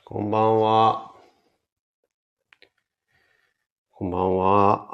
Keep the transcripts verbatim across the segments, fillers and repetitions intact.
こんばんは。こんばんは。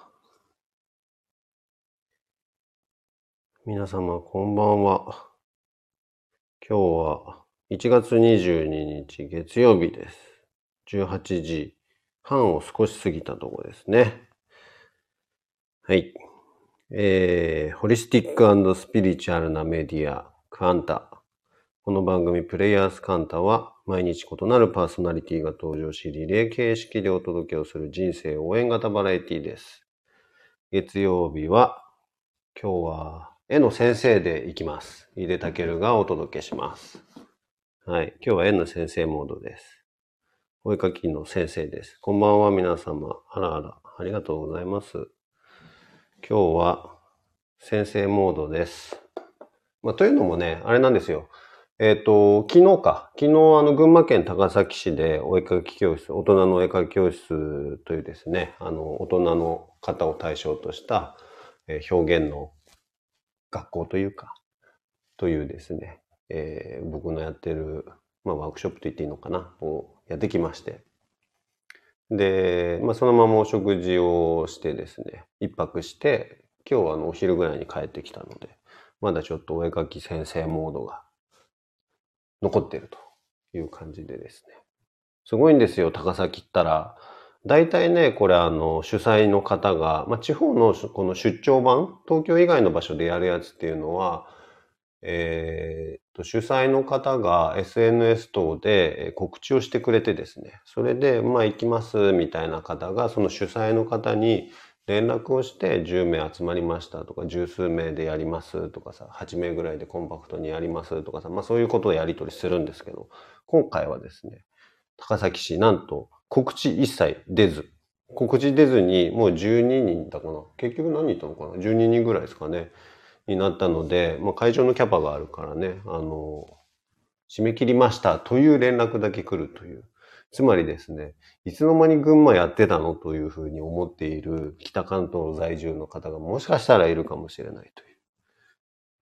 皆様、こんばんは。今日はいちがつにじゅうににち月曜日です。じゅうはちじはんを少し過ぎたところですね。はい。えー、ホリスティック&スピリチュアルなメディア、カンタ。この番組プレイヤースカンタは毎日異なるパーソナリティが登場し、リレー形式でお届けをする人生応援型バラエティです。月曜日は今日は絵の先生でいきます。井出武がお届けします。はい。今日は絵の先生モードです。お絵描きの先生です。こんばんは皆様。あらあら、ありがとうございます。今日は先生モードです。まあ、というのもね、あれなんですよ。えっと、昨日か。昨日あの群馬県高崎市でお絵描き教室、大人のお絵描き教室というですね、あの、大人の方を対象とした表現の学校というか、というですね、えー、僕のやってる、まあ、ワークショップと言っていいのかな、をやってきまして。で、まあ、そのままお食事をしてですね、一泊して、今日はあのお昼ぐらいに帰ってきたので、まだちょっとお絵描き先生モードが残っているという感じでですね。すごいんですよ、高崎行ったら。大体ね、これあの、主催の方が、まあ、地方のこの出張版、東京以外の場所でやるやつっていうのは、えー、と主催の方が エスエヌエス 等で告知をしてくれてですね、それで、まあ行きますみたいな方が、その主催の方に連絡をしてじゅうめい集まりましたとか、十数名でやりますとかさ、はちめいぐらいでコンパクトにやりますとかさ、まあそういうことをやり取りするんですけど、今回はですね、高崎市なんと告知一切出ず、告知出ずにもうじゅうににんだかな。結局何人いたのかな ?じゅうににんぐらいですかね。になったので、まあ、会場のキャパがあるからね、あの、締め切りましたという連絡だけ来るという。つまりですね、いつの間に群馬やってたのというふうに思っている北関東在住の方がもしかしたらいるかもしれないという。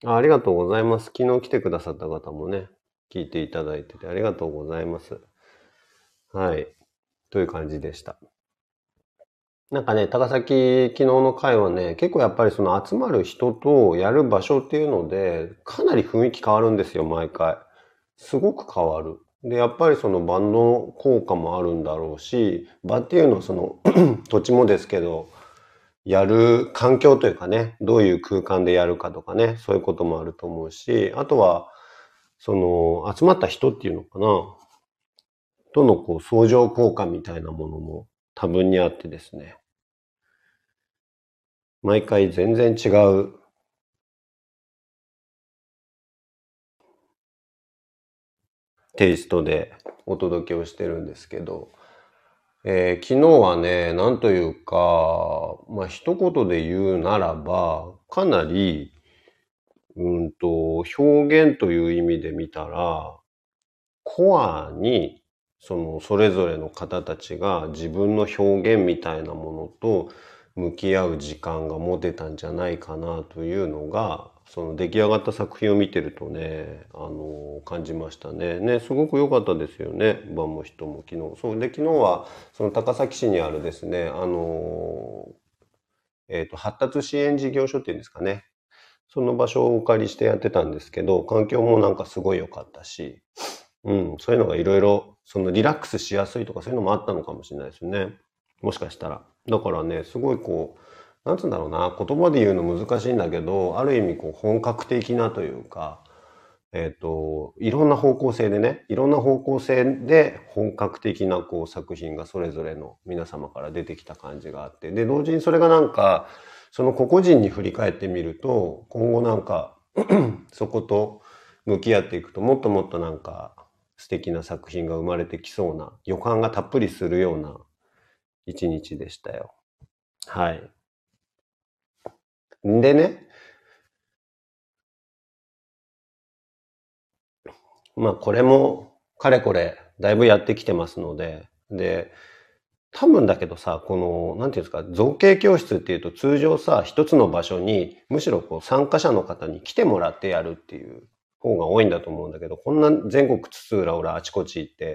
あ、ありがとうございます。昨日来てくださった方もね、聞いていただいててありがとうございます。はい。という感じでした。なんかね、高崎昨日の会はね、結構やっぱりその集まる人とやる場所っていうので、かなり雰囲気変わるんですよ、毎回。すごく変わる。で、やっぱりその場の効果もあるんだろうし、場っていうのはその土地もですけど、やる環境というかね、どういう空間でやるかとかね、そういうこともあると思うし、あとは、その集まった人っていうのかな、とのこう相乗効果みたいなものも多分にあってですね。毎回全然違うテイストでお届けをしてるんですけど、えー昨日はね、なんというか、まあ一言で言うならば、かなり、うんと、表現という意味で見たら、コアに、その、それぞれの方たちが自分の表現みたいなものと向き合う時間が持てたんじゃないかなというのが、その出来上がった作品を見てるとね、あの、感じましたね。ね、すごく良かったですよね。場も人も昨日。そうで、昨日は、その高崎市にあるですね、あの、えっと、発達支援事業所っていうんですかね。その場所をお借りしてやってたんですけど、環境もなんかすごい良かったし、うん、そういうのがいろいろ、そのリラックスしやすいとかそういうのもあったのかもしれないですよね。もしかしたら。だからね、すごいこう、なんつうんだろうな、言葉で言うの難しいんだけど、ある意味こう本格的なというか、えっと、いろんな方向性でね、いろんな方向性で本格的なこう作品がそれぞれの皆様から出てきた感じがあって、で、同時にそれがなんか、その個々人に振り返ってみると、今後なんかそこと向き合っていくと、もっともっとなんか素敵な作品が生まれてきそうな予感がたっぷりするような一日でしたよ。はい。でね、まあこれもかれこれだいぶやってきてますので、で、多分だけどさ、この、なんていうんですか、造形教室っていうと通常さ、一つの場所に、むしろこう参加者の方に来てもらってやるっていう方が多いんだと思うんだけど、こんな全国津々浦々あちこち行って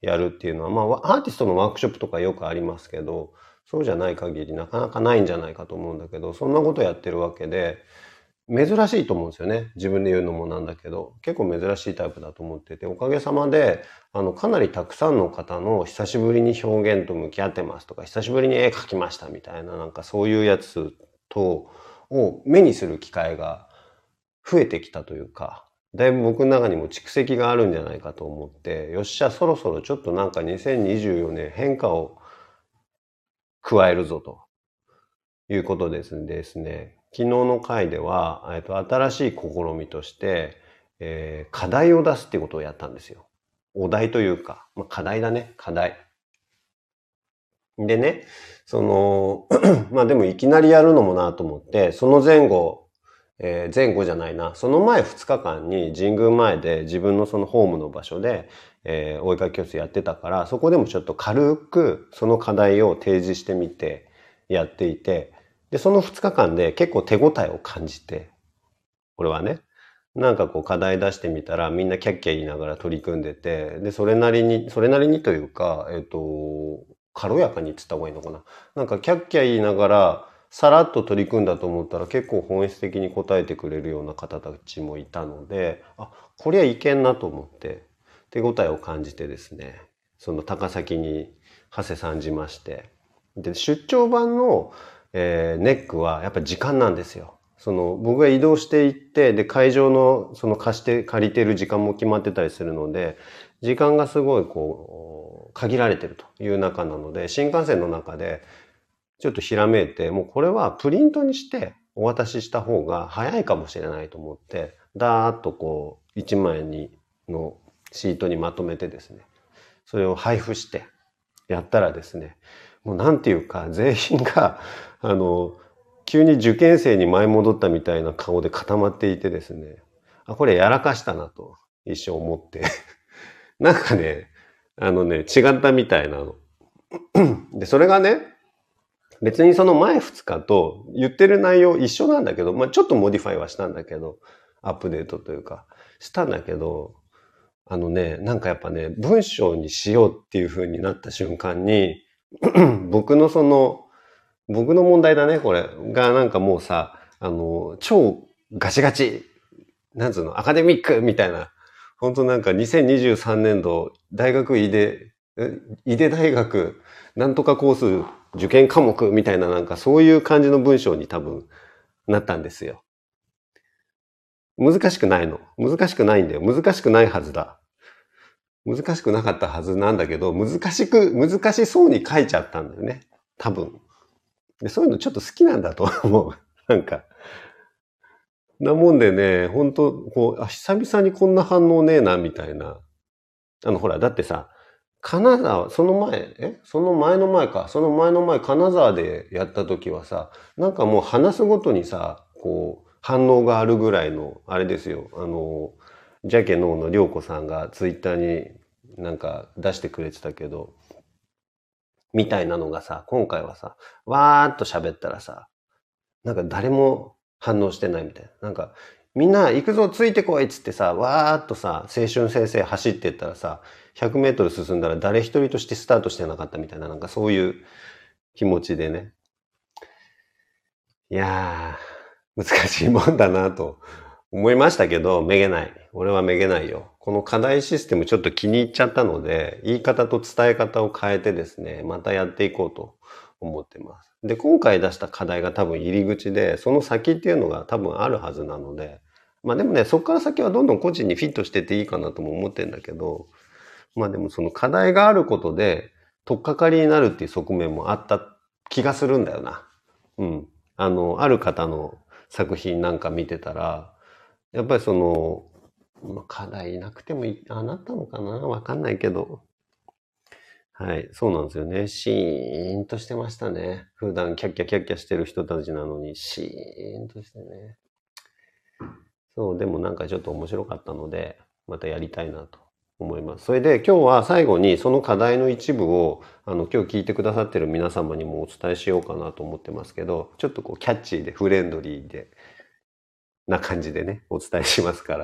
やるっていうのは、まあ、アーティストのワークショップとかよくありますけど、そうじゃない限りなかなかないんじゃないかと思うんだけど、そんなことやってるわけで、珍しいと思うんですよね。自分で言うのもなんだけど、結構珍しいタイプだと思ってて、おかげさまで、あの、かなりたくさんの方の久しぶりに表現と向き合ってますとか、久しぶりに絵描きましたみたいな、なんかそういうやつと、を目にする機会が増えてきたというか、だいぶ僕の中にも蓄積があるんじゃないかと思って、よっしゃ、そろそろちょっとなんかにせんにじゅうよねん変化を加えるぞということですですね。昨日の回では、えっと、新しい試みとして、えー課題を出すっていうことをやったんですよ。お題というか、まあ、課題だね、課題。でね、その、まあでもいきなりやるのもなと思って、その前後、えー前後じゃないな、その前ふつかかんに神宮前で自分のそのホームの場所で、えー、お絵かき教室やってたから、そこでもちょっと軽くその課題を提示してみてやっていて、で、そのふつかかんで結構手応えを感じて、これはね、なんかこう課題出してみたらみんなキャッキャ言いながら取り組んでて、で、それなりに、それなりにというか、えっと、軽やかに言ってた方がいいのかな。なんかキャッキャ言いながら、さらっと取り組んだと思ったら結構本質的に答えてくれるような方たちもいたので、あ、こりゃいけんなと思って、手応えを感じてですね、その高崎に長谷さんじまして、で、出張版の、えーネックはやっぱり時間なんですよ。その僕が移動していって、で、会場のその貸して借りてる時間も決まってたりするので、時間がすごいこう、限られてるという中なので、新幹線の中でちょっとひらめいて、もうこれはプリントにしてお渡しした方が早いかもしれないと思って、ダーッとこう、いちまいにのシートにまとめてですね、それを配布してやったらですね、もうなんていうか、全員が、あの、急に受験生に舞い戻ったみたいな顔で固まっていてですね、あ、これやらかしたなと一瞬思って。なんかね、あのね、違ったみたいなの。で、それがね、別にその前ふつかと言ってる内容一緒なんだけど、まあちょっとモディファイはしたんだけど、アップデートというか、したんだけど、あのね、なんかやっぱね、文章にしようっていう風になった瞬間に、僕のその、僕の問題だね、これ。がなんかもうさ、あの、超ガチガチ、なんつうの、アカデミックみたいな。本当なんかにせんにじゅうさんねん度、大学医で、医で大学、なんとかコース、受験科目みたいななんかそういう感じの文章に多分なったんですよ。難しくないの。難しくないんだよ。難しくないはずだ。難しくなかったはずなんだけど、難しく、難しそうに書いちゃったんだよね。多分。で、そういうのちょっと好きなんだと思う。なんか。なもんでね、本当こう、あ、久々にこんな反応ねえな、みたいな。あの、ほら、だってさ、金沢、その前、えその前の前か。その前の前、金沢でやった時はさ、なんかもう話すごとにさ、こう、反応があるぐらいの、あれですよ。あの、ジャケノーのりょうこさんがツイッターになんか出してくれてたけど、みたいなのがさ、今回はさ、わーっと喋ったらさ、なんか誰も反応してないみたいな。なんか、みんな行くぞついてこいっつってさ、わーっとさ、青春先生走ってったらさ、ひゃくメートル進んだら誰一人としてスタートしてなかったみたいな、なんかそういう気持ちでね。いやー、難しいもんだなと思いましたけど、めげない。俺はめげないよ。この課題システムちょっと気に入っちゃったので、言い方と伝え方を変えてですね、またやっていこうと思ってます。で、今回出した課題が多分入り口で、その先っていうのが多分あるはずなので、まあでもね、そこから先はどんどん個人にフィットしてっていいかなとも思ってるんだけど、まあでもその課題があることで、取っかかりになるっていう側面もあった気がするんだよな。うん。あの、ある方の作品なんか見てたら、やっぱりその、まあ、課題なくてもいい、あ、なったのかなわかんないけど。はい、そうなんですよね。シーンとしてましたね。普段キャッキャキャッキャしてる人たちなのに、シーンとしてね。そう、でもなんかちょっと面白かったので、またやりたいなと思います。それで今日は最後にその課題の一部を、あの、今日聞いてくださってる皆様にもお伝えしようかなと思ってますけど、ちょっとこうキャッチーでフレンドリーで、な感じでね、お伝えしますから、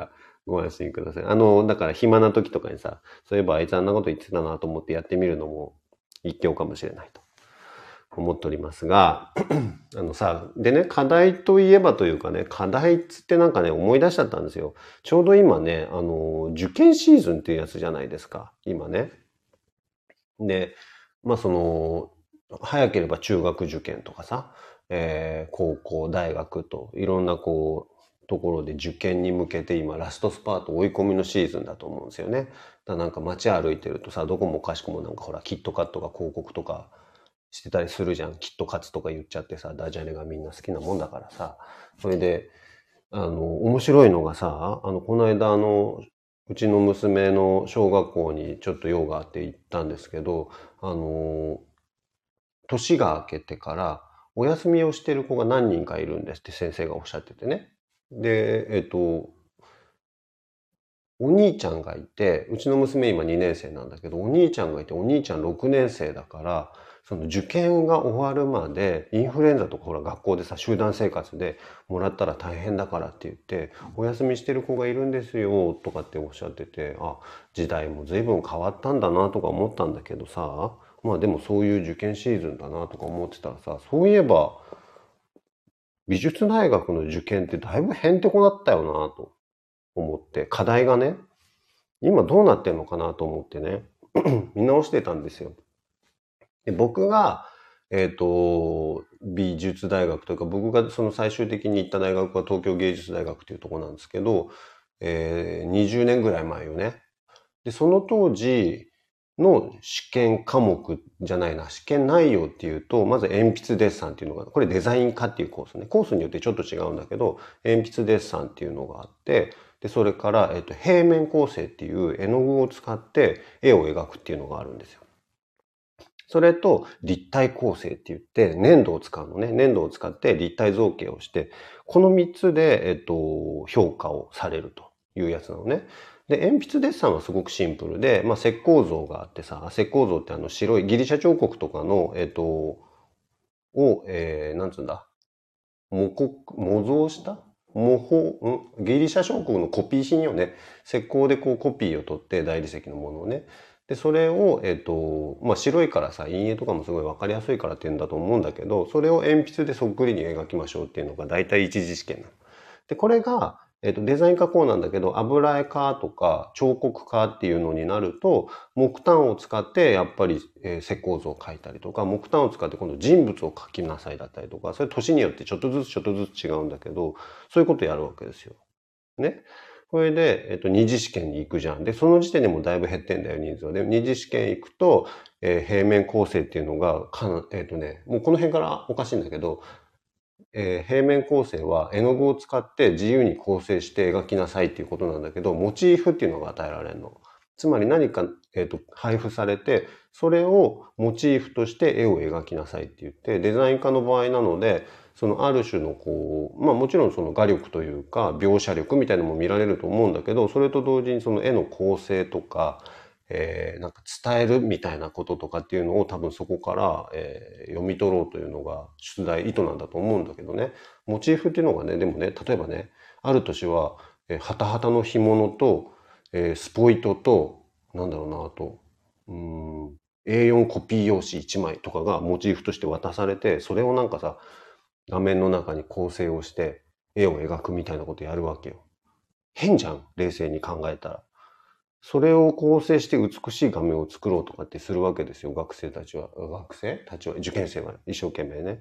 ご安心ください。あの、だから暇な時とかにさ、そういえばあいつあんなこと言ってたなと思ってやってみるのも一興かもしれないと思っておりますが、あのさ、でね、課題といえばというかね、課題っつってなんかね、思い出しちゃったんですよ。ちょうど今ね、あの、受験シーズンっていうやつじゃないですか、今ね。で、まあその、早ければ中学受験とかさ、えー高校、大学といろんなこう、ところで受験に向けて今ラストスパート追い込みのシーズンだと思うんですよね。だからなんか街歩いてるとさ、どこもかしこもなんかほら、キットカットが広告とかしてたりするじゃん。キットカツとか言っちゃってさ、ダジャレがみんな好きなもんだからさ。それで、あの、面白いのがさ、あの、この間あの、うちの娘の小学校にちょっと用があって行ったんですけど、あの、年が明けてからお休みをしてる子が何人かいるんですって先生がおっしゃっててね。で、えっと、お兄ちゃんがいて、うちの娘今にねん生なんだけど、お兄ちゃんがいて、お兄ちゃんろくねん生だから、その受験が終わるまで、インフルエンザとかほら学校でさ、集団生活でもらったら大変だからって言って、お休みしてる子がいるんですよ、とかっておっしゃってて、あ、時代も随分変わったんだなとか思ったんだけどさ、まあでもそういう受験シーズンだなとか思ってたらさ、そういえば、美術大学の受験ってだいぶへんてこだったよなと思って、課題がね、今どうなってんのかなと思ってね、見直してたんですよ。で僕が、えっと、美術大学というか、僕がその最終的に行った大学は東京芸術大学っていうところなんですけど、えー、にじゅうねんぐらい前よね。で、その当時の試験科目じゃないな、試験内容っていうと、まず鉛筆デッサンっていうのが、これデザイン科っていうコースね。コースによってちょっと違うんだけど、鉛筆デッサンっていうのがあって、で、それから、えっと、平面構成っていう絵の具を使って絵を描くっていうのがあるんですよ。それと立体構成って言って粘土を使うのね。粘土を使って立体造形をして、このみっつで、えっと、評価をされるというやつなのね。で、鉛筆デッサンはすごくシンプルで、まあ、石膏像があってさ、石膏像ってあの白いギリシャ彫刻とかの、えっと、を、えー、なんつうんだ、模刻、模造した模倣、んギリシャ彫刻のコピー品よね。石膏でこうコピーを取って大理石のものをね。で、それを、えっと、まあ、白いからさ、陰影とかもすごいわかりやすいからって言うんだと思うんだけど、それを鉛筆でそっくりに描きましょうっていうのが大体一次試験なの。で、これが、えっと、デザイン科こうなんだけど、油絵科とか彫刻科っていうのになると、木炭を使ってやっぱり、えー石膏像を描いたりとか、木炭を使って今度人物を描きなさいだったりとか、それ年によってちょっとずつちょっとずつ違うんだけど、そういうことやるわけですよ。ね。これで、えっと、二次試験に行くじゃん。で、その時点でもうだいぶ減ってんだよ、人数は。で、二次試験行くと、えー平面構成っていうのが、かな、えっとね、もうこの辺からおかしいんだけど、えー平面構成は絵の具を使って自由に構成して描きなさいっていうことなんだけど、モチーフっていうのが与えられるの。つまり何か、えーと、配布されて、それをモチーフとして絵を描きなさいって言って、デザイン科の場合なので、そのある種のこう、まあもちろんその画力というか描写力みたいなのも見られると思うんだけど、それと同時にその絵の構成とか、えー、なんか伝えるみたいなこととかっていうのを多分そこから、えー読み取ろうというのが出題意図なんだと思うんだけどね。モチーフっていうのがね、でもね、例えばね、ある年は、えー、ハタハタの干物と、えースポイトと、なんだろうな、あと、うーん、エーよん コピー用紙いちまいとかがモチーフとして渡されて、それをなんかさ、画面の中に構成をして絵を描くみたいなことやるわけよ。変じゃん、冷静に考えたら。それを構成して美しい画面を作ろうとかってするわけですよ、学生たちは。学生たちは、受験生は一生懸命ね。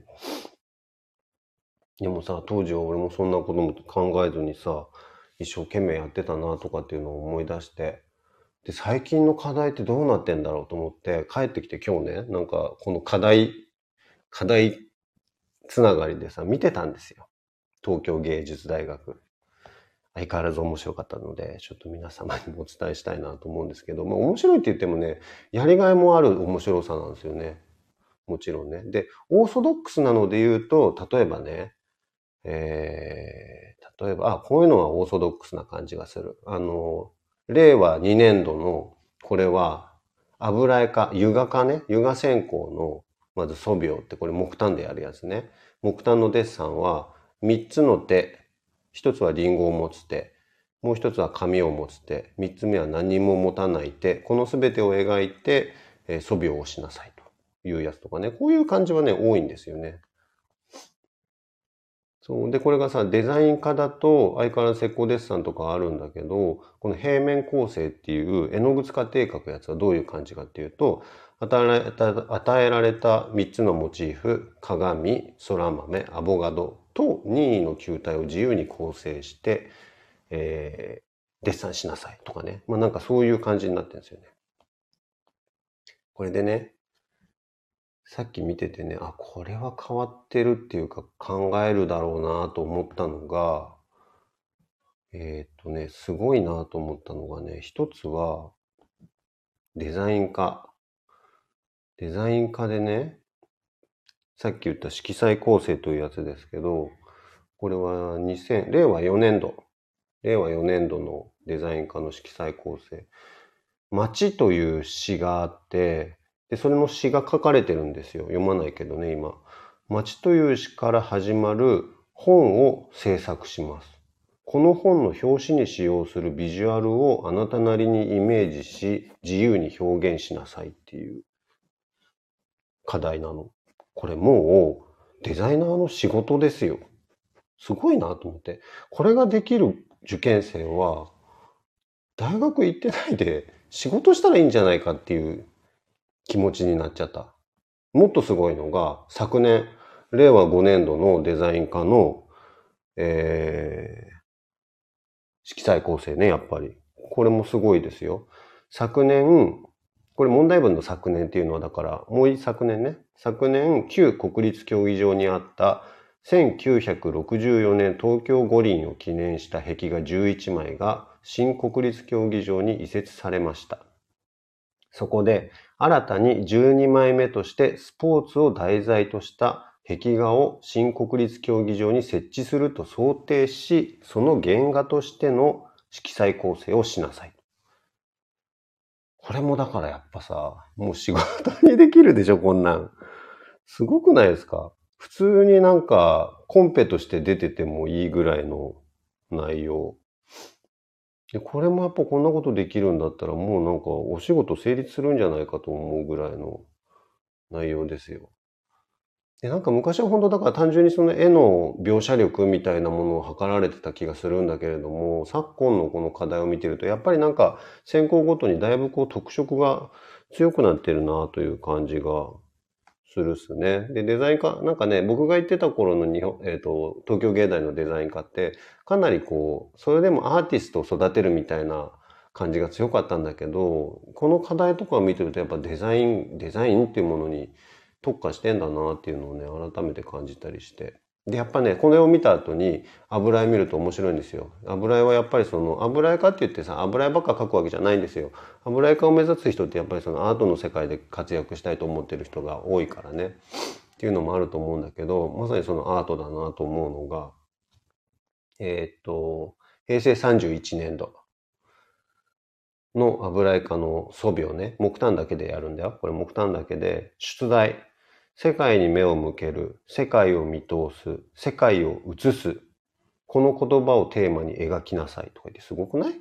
でもさ、当時は俺もそんなことも考えずにさ、一生懸命やってたなとかっていうのを思い出して、で、最近の課題ってどうなってんだろうと思って、帰ってきて今日ね、なんかこの課題、課題つながりでさ、見てたんですよ。東京芸術大学。相変わらず面白かったので、ちょっと皆様にもお伝えしたいなと思うんですけど、まあ面白いって言ってもね、やりがいもある面白さなんですよね。もちろんね。で、オーソドックスなので言うと、例えばね、えー、例えば、あ、こういうのはオーソドックスな感じがする。あの、れいわにねんどの、これは、油絵か、油画かね、油画線香の、まず素描ってこれ木炭でやるやつね。木炭のデッサンは、みっつの手、ひとつはリンゴを持つ手、 もう一つは紙を持つ手。三つ目は何も持たない手。このすべてを描いて、えー、素描をしなさいというやつとかね。こういう感じはね、多いんですよね。そう。で、これがさ、デザイン科だと相変わらず石膏デッサンとかあるんだけど、この平面構成っていう絵の具使って絵描くやつはどういう感じかっていうと、与えられた、与えられたみっつのモチーフ、鏡、空豆、アボガドと任意の球体を自由に構成して、えー、デッサンしなさいとかね。まあなんかそういう感じになってるんですよね。これでね、さっき見ててね、あ、これは変わってるっていうか考えるだろうなと思ったのが、えーっとね、すごいなと思ったのがね、一つはデザイン科。デザイン科でね、さっき言った色彩構成というやつですけど、これはにせん、れいわよねんど、れいわよねんどのデザイン科の色彩構成。街という詩があって、で、それの詩が書かれてるんですよ。読まないけどね、今。街という詩から始まる本を制作します。この本の表紙に使用するビジュアルをあなたなりにイメージし、自由に表現しなさいっていう課題なの。これもうデザイナーの仕事ですよ。すごいなと思って。これができる受験生は、大学行ってないで仕事したらいいんじゃないかっていう気持ちになっちゃった。もっとすごいのが、昨年、れいわごねんどのデザイン科の、えー、色彩構成ね、やっぱり。これもすごいですよ。昨年、これ問題文の昨年っていうのはだから、もう一昨年ね。昨年、旧国立競技場にあったせんきゅうひゃくろくじゅうよねん東京五輪を記念した壁画じゅういちまいが新国立競技場に移設されました。そこで新たにじゅうにまいめとしてスポーツを題材とした壁画を新国立競技場に設置すると想定し、その原画としての色彩構成をしなさい。これもだからやっぱさ、もう仕事にできるでしょ、こんなん。すごくないですか？普通になんかコンペとして出ててもいいぐらいの内容。で、これもやっぱこんなことできるんだったらもうなんかお仕事成立するんじゃないかと思うぐらいの内容ですよ。で、なんか昔は本当だから単純にその絵の描写力みたいなものを測られてた気がするんだけれども、昨今のこの課題を見てると、やっぱりなんか専攻ごとにだいぶこう特色が強くなってるなという感じがするっすね。で、デザイン科、なんかね、僕が行ってた頃の日本、えっと、東京芸大のデザイン科って、かなりこう、それでもアーティストを育てるみたいな感じが強かったんだけど、この課題とかを見てるとやっぱデザイン、デザインっていうものに特化してんだなっていうのをね、改めて感じたりして。で、やっぱね、これを見た後に油絵見ると面白いんですよ。油絵はやっぱりその、油絵家って言ってさ、油絵ばっか描くわけじゃないんですよ。油絵家を目指す人ってやっぱりそのアートの世界で活躍したいと思ってる人が多いからね。っていうのもあると思うんだけど、まさにそのアートだなと思うのが、えーっと、へいせいさんじゅういちねんどの油絵家の素描ね、木炭だけでやるんだよ。これ木炭だけで、出題。世界に目を向ける、世界を見通す、世界を映す。この言葉をテーマに描きなさいとか言ってすごくない？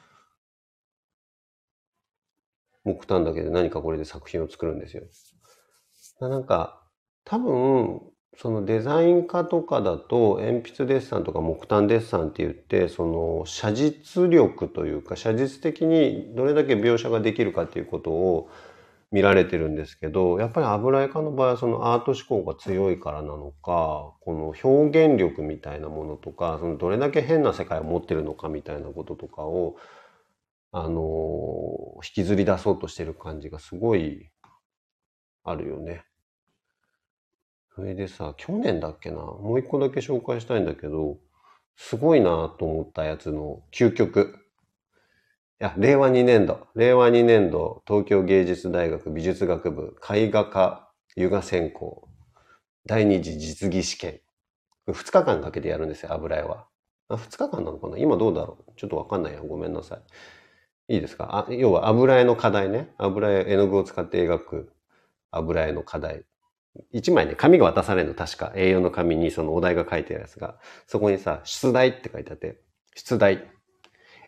木炭だけで何かこれで作品を作るんですよ。なんか、多分、そのデザイン科とかだと、鉛筆デッサンとか木炭デッサンって言って、その写実力というか、写実的にどれだけ描写ができるかっていうことを見られてるんですけど、やっぱり油絵家の場合はそのアート思考が強いからなのか、この表現力みたいなものとか、そのどれだけ変な世界を持ってるのかみたいなこととかを、あの、引きずり出そうとしてる感じがすごいあるよね。それでさ、去年だっけな、もう一個だけ紹介したいんだけど、すごいなと思ったやつの究極。いや、れいわにねんど。れいわにねんど、東京芸術大学美術学部絵画科油画専攻第二次実技試験。ふつかかんかけてやるんですよ、油絵は。あ、ふつかかんなのかな？今どうだろう？ちょっとわかんないや。ごめんなさい。いいですか？あ、要は油絵の課題ね。油絵、絵の具を使って描く油絵の課題。一枚ね、紙が渡されるの、確か。エーよん の紙にそのお題が書いてあるやつが。そこにさ、出題って書いてあって、出題。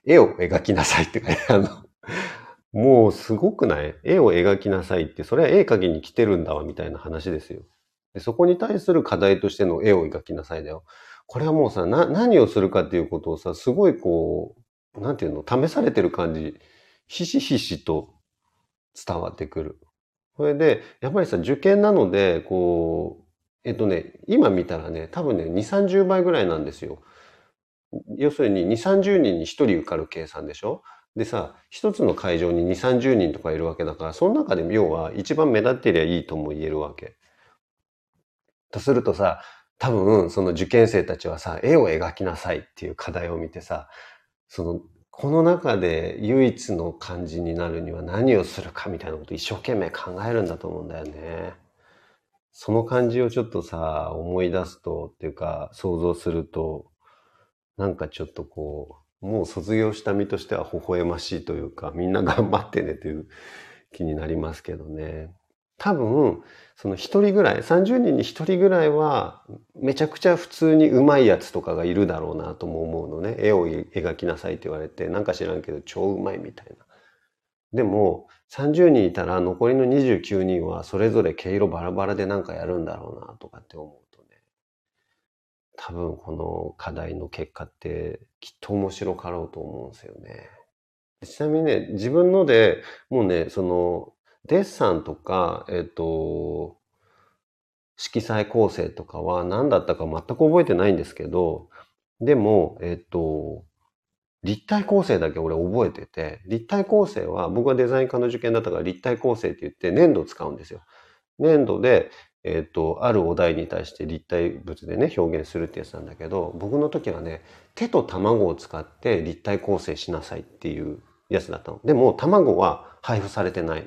絵を描きなさいって書いてあるの。もうすごくない？絵を描きなさいって、それは絵描きに来てるんだわみたいな話ですよ。で、そこに対する課題としての絵を描きなさいだよ。これはもうさ、な、何をするかっていうことをさ、すごいこう、なんていうの、試されてる感じ、ひしひしと伝わってくる。それで、やっぱりさ、受験なので、こう、えっとね、今見たらね、多分ね、に、さんじゅうばいぐらいなんですよ。要するにに、さんじゅうにんにひとり受かる計算でしょ？でさ、一つの会場にに、さんじゅうにんとかいるわけだから、その中で要は一番目立ってりゃいいとも言えるわけ。とするとさ、多分その受験生たちはさ、絵を描きなさいっていう課題を見てさ、その、この中で唯一の漢字になるには何をするかみたいなことを一生懸命考えるんだと思うんだよね。その感じをちょっとさ、思い出すとっていうか想像すると、なんかちょっとこう、もう卒業した身としては微笑ましいというか、みんな頑張ってねという気になりますけどね。多分、その一人ぐらい、さんじゅうにんに一人ぐらいは、めちゃくちゃ普通に上手いやつとかがいるだろうなとも思うのね。絵を描きなさいって言われて、なんか知らんけど超上手いみたいな。でも、さんじゅうにんいたら残りのにじゅうきゅうにんはそれぞれ毛色バラバラでなんかやるんだろうなとかって思うとね。多分この課題の結果ってきっと面白かろうと思うんですよね。ちなみにね、自分のでもうね、その、デッサンとか、えっと、色彩構成とかは何だったか全く覚えてないんですけど、でも、えっと、立体構成だけ俺覚えてて、立体構成は僕はデザイン科の受験だったから立体構成って言って粘土を使うんですよ。粘土で、えっと、あるお題に対して立体物でね、表現するってやつなんだけど、僕の時はね、手と卵を使って立体構成しなさいっていうやつだったの。でも、卵は配布されてないの。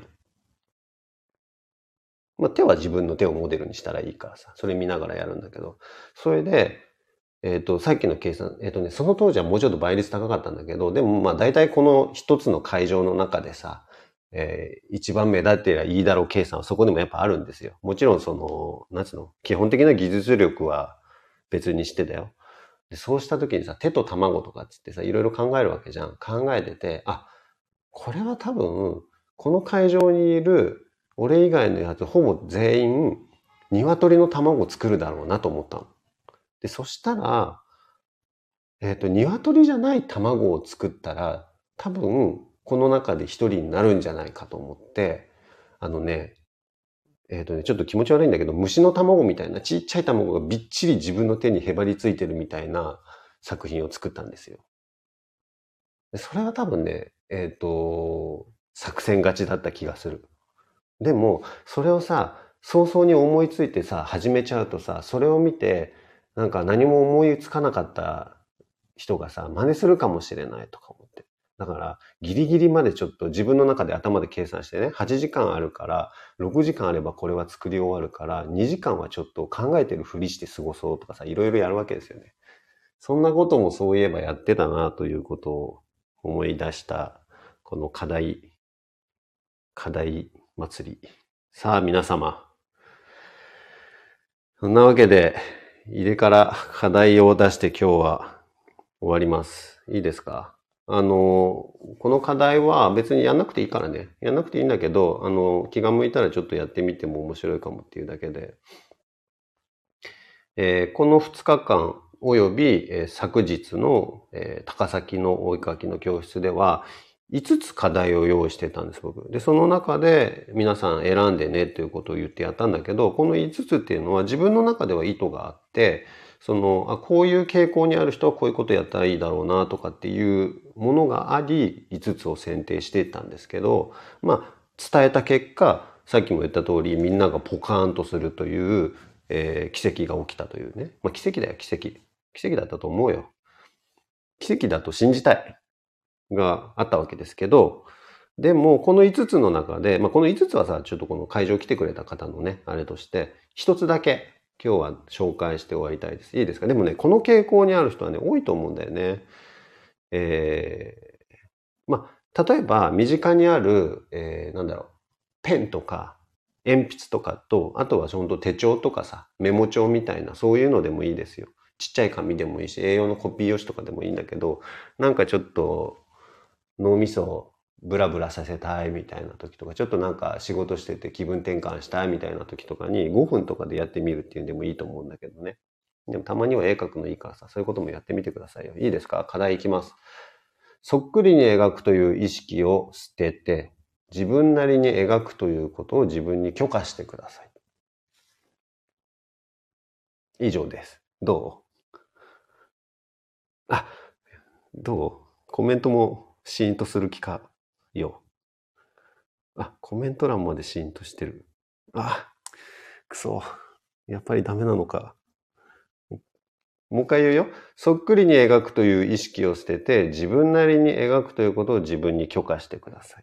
まあ、手は自分の手をモデルにしたらいいからさ、それ見ながらやるんだけど、それで、えっと、さっきの計算、えっとね、その当時はもうちょっと倍率高かったんだけど、でもまあ大体この一つの会場の中でさ、えー一番目立ってりゃいいだろう計算はそこでもやっぱあるんですよ。もちろんその、なんつうの、基本的な技術力は別にしてだよ。で、そうした時にさ、手と卵とかっつってさ、いろいろ考えるわけじゃん。考えてて、あ、これは多分、この会場にいる俺以外のやつほぼ全員、鶏の卵を作るだろうなと思ったの。で、そしたら、えっと、鶏じゃない卵を作ったら、多分、この中で一人になるんじゃないかと思って、あのね、えっとね、ちょっと気持ち悪いんだけど、虫の卵みたいなちっちゃい卵がびっちり自分の手にへばりついてるみたいな作品を作ったんですよ。でそれは多分ね、えっと、作戦勝ちだった気がする。でも、それをさ、早々に思いついてさ、始めちゃうとさ、それを見て、なんか何も思いつかなかった人がさ、真似するかもしれないとか思って。だから、ギリギリまでちょっと自分の中で頭で計算してね、はちじかんあるから、ろくじかんあればこれは作り終わるから、にじかんはちょっと考えてるふりして過ごそうとかさ、いろいろやるわけですよね。そんなこともそういえばやってたなということを思い出した、この課題、課題祭り。さあ皆様。そんなわけで、入れから課題を出して今日は終わります。いいですか？あの、この課題は別にやんなくていいからね。やんなくていいんだけど、あの、気が向いたらちょっとやってみても面白いかもっていうだけで。えーこのふつかかんおよび、えー昨日の、えー高崎のお絵かきの教室では、いつつ課題を用意してたんです、僕。で、その中で皆さん選んでねということを言ってやったんだけど、このいつつっていうのは自分の中では意図があって、その、あ、こういう傾向にある人はこういうことやったらいいだろうなとかっていうものがあり、いつつを選定していったんですけど、まあ、伝えた結果、さっきも言った通り、みんながポカーンとするという、えー奇跡が起きたというね。まあ、奇跡だよ、奇跡。奇跡だったと思うよ。奇跡だと信じたい。があったわけですけど、でも、このいつつの中で、まあ、このいつつはさ、ちょっとこの会場来てくれた方のね、あれとして、一つだけ今日は紹介して終わりたいです。いいですか？でもね、この傾向にある人はね、多いと思うんだよね。えー、まあ、例えば、身近にある、えー、なんだろう、ペンとか、鉛筆とかと、あとは本当手帳とかさ、メモ帳みたいな、そういうのでもいいですよ。ちっちゃい紙でもいいし、エーよんのコピー用紙とかでもいいんだけど、なんかちょっと、 脳みそをブラブラさせたいみたいな時とか、ちょっとなんか仕事してて気分転換したいみたいな時とかにごふんとかでやってみるっていうんでもいいと思うんだけどね。でもたまには絵描くのいいからさ、そういうこともやってみてくださいよ。いいですか？課題いきます。そっくりに描くという意識を捨てて、自分なりに描くということを自分に許可してください。以上です。どう？あ、どう？コメントもシーンとする気かよ。あ、コメント欄までシーンとしてる。あ、くそ。やっぱりダメなのか。もう一回言うよ。そっくりに描くという意識を捨てて、自分なりに描くということを自分に許可してください。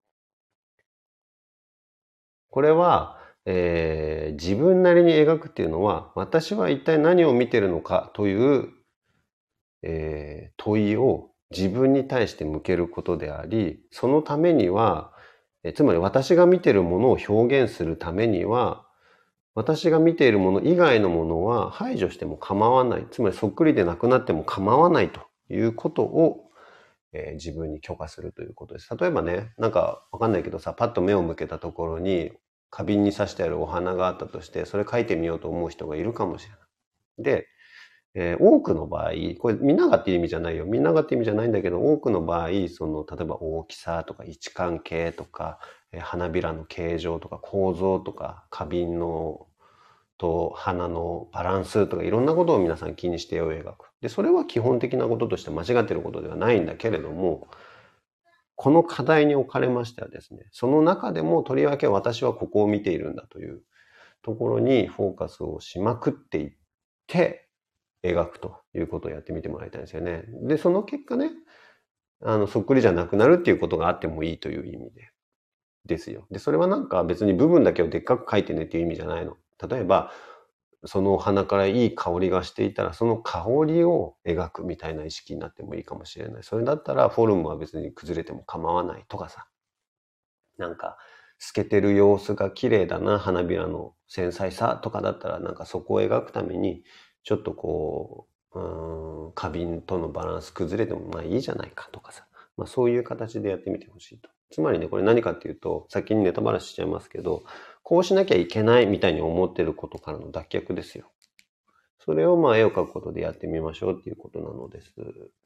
これは、えー、自分なりに描くっていうのは、私は一体何を見てるのかという、えー、問いを自分に対して向けることであり、そのためには、えつまり私が見てるものを表現するためには、私が見ているもの以外のものは排除しても構わない。つまりそっくりでなくなっても構わないということを、えー、自分に許可するということです。例えばね、なんかわかんないけどさ、パッと目を向けたところに花瓶に刺してあるお花があったとして、それ描いてみようと思う人がいるかもしれない。で、えー、多くの場合、これみんながっていう意味じゃないよ。みんながっていう意味じゃないんだけど、多くの場合、その、例えば大きさとか位置関係とか、えー、花びらの形状とか構造とか、花瓶のと花のバランスとかいろんなことを皆さん気にして絵を描く。で、それは基本的なこととして間違っていることではないんだけれども、この課題におかれましてはですね、その中でもとりわけ私はここを見ているんだというところにフォーカスをしまくっていって描くということをやってみてもらいたいんですよね。で、その結果ね、あの、そっくりじゃなくなるっていうことがあってもいいという意味で。ですよ。で、それはなんか別に部分だけをでっかく描いてねっていう意味じゃないの。例えば、そのお花からいい香りがしていたら、その香りを描くみたいな意識になってもいいかもしれない。それだったらフォルムは別に崩れても構わないとかさ。なんか、透けてる様子が綺麗だな、花びらの繊細さとかだったら、なんかそこを描くために、ちょっとこう、うーん、花瓶とのバランス崩れてもまあいいじゃないかとかさ。まあそういう形でやってみてほしいと。つまりね、これ何かっていうと、先にネタバラシしちゃいますけど、こうしなきゃいけないみたいに思ってることからの脱却ですよ。それをまあ絵を描くことでやってみましょうっていうことなのです。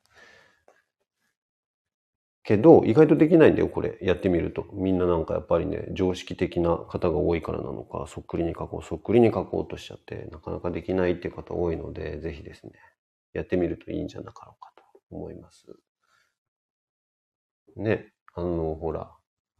けど、意外とできないんだよ、これ。やってみると。みんななんかやっぱりね、常識的な方が多いからなのか、そっくりに描こう、そっくりに描こうとしちゃって、なかなかできないっていう方多いので、ぜひですね、やってみるといいんじゃなかろうかと思います。ね、あの、ほら、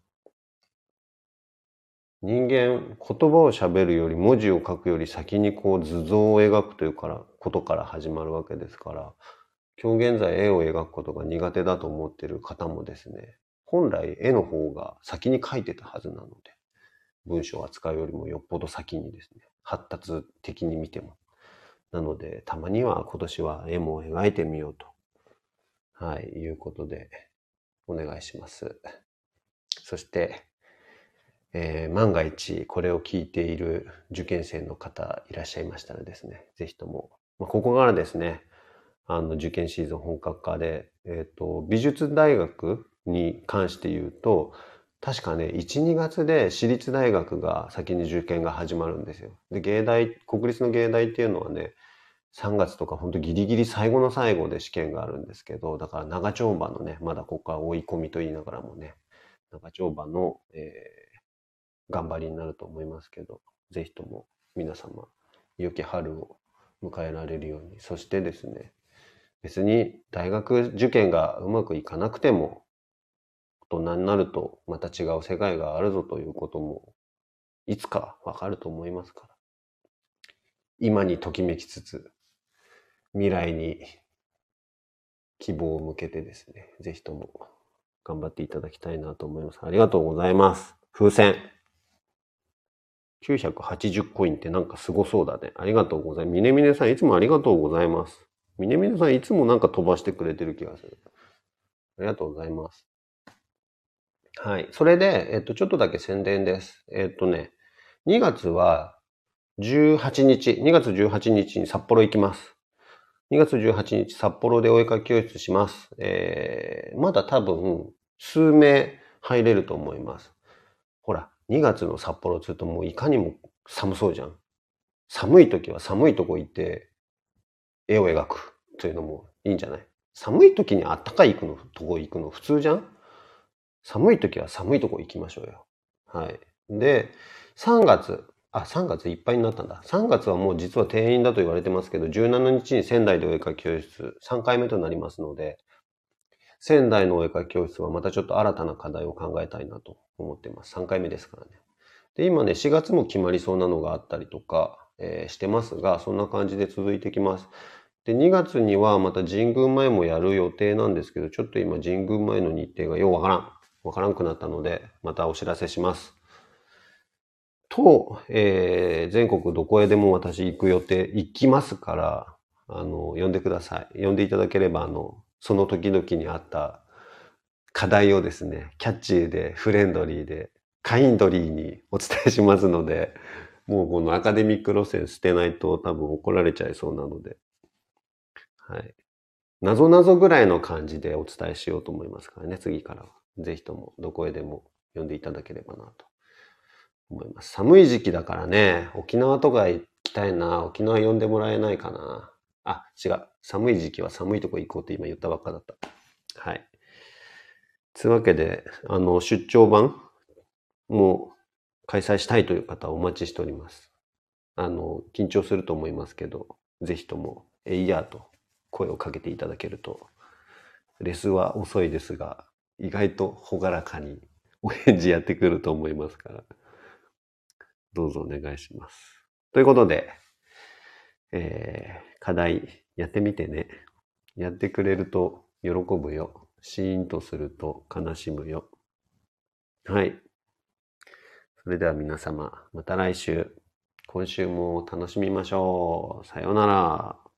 人間、言葉を喋るより文字を書くより先にこう図像を描くというから、ことから始まるわけですから、今日現在絵を描くことが苦手だと思っている方もですね、本来絵の方が先に描いてたはずなので、文章を扱うよりもよっぽど先にですね、発達的に見ても。なので、たまには今年は絵も描いてみようと、はい、いうことでお願いします。そして、えー、万が一これを聞いている受験生の方いらっしゃいましたらですね、ぜひとも、まあ、ここからですね、あの受験シーズン本格化で、えっと、美術大学に関して言うと、確かね、いち、にがつで私立大学が先に受験が始まるんですよ。で、芸大、国立の芸大っていうのはね、さんがつとか本当ギリギリ最後の最後で試験があるんですけど、だから長丁場のね、まだここは追い込みと言いながらもね、長丁場の、えー、頑張りになると思いますけど、ぜひとも皆様、良き春を迎えられるように、そしてですね、別に大学受験がうまくいかなくても、大人になるとまた違う世界があるぞということも、いつかわかると思いますから。今にときめきつつ、未来に希望を向けてですね、ぜひとも頑張っていただきたいなと思います。ありがとうございます。風船。きゅうひゃくはちじゅうコインってなんかすごそうだね。ありがとうございます。みねみねさんいつもありがとうございます。みねみねさんいつもなんか飛ばしてくれてる気がする。ありがとうございます。はい。それで、えっと、ちょっとだけ宣伝です。えっとね、にがつはじゅうはちにち、にがつじゅうはちにちに札幌行きます。 にがつじゅうはちにち札幌でお絵かき教室します。えー、まだ多分数名入れると思います。ほら、にがつの札幌つうともういかにも寒そうじゃん。寒い時は寒いとこ行って絵を描くというのもいいんじゃない？寒い時にあったかい行くのとこ行くの普通じゃん？寒い時は寒いとこ行きましょうよ。はい。で、さんがつ、あ、さんがついっぱいになったんだ。さんがつはもう実は定員だと言われてますけど、じゅうしちにちに仙台でお絵かき教室さんかいめとなりますので、仙台のお絵かき教室はまたちょっと新たな課題を考えたいなと思っています。さんかいめですからね。で、今ね、しがつも決まりそうなのがあったりとか、えーしてますが、そんな感じで続いてきます。で、にがつにはまた神宮前もやる予定なんですけど、ちょっと今神宮前の日程がようわからん。わからんくなったので、またお知らせします。と、えー全国どこへでも私行く予定、行きますから、あの、呼んでください。呼んでいただければ、あの、その時々にあった課題をですね、キャッチーでフレンドリーでカインドリーにお伝えしますので、もうこのアカデミック路線捨てないと多分怒られちゃいそうなので、はい。なぞなぞぐらいの感じでお伝えしようと思いますからね、次からは。ぜひともどこへでも呼んでいただければなと思います。寒い時期だからね、沖縄とか行きたいな。沖縄呼んでもらえないかな。あ、違う。寒い時期は寒いとこ行こうって今言ったばっかだった。はい。つうわけで、あの、出張版も開催したいという方はお待ちしております。あの、緊張すると思いますけど、ぜひとも、えいやーと声をかけていただけると、レスは遅いですが、意外と朗らかにお返事やってくると思いますから、どうぞお願いします。ということで、えー、課題やってみてね。やってくれると喜ぶよ。シーンとすると悲しむよ。はい。それでは皆様、また来週。今週も楽しみましょう。さようなら。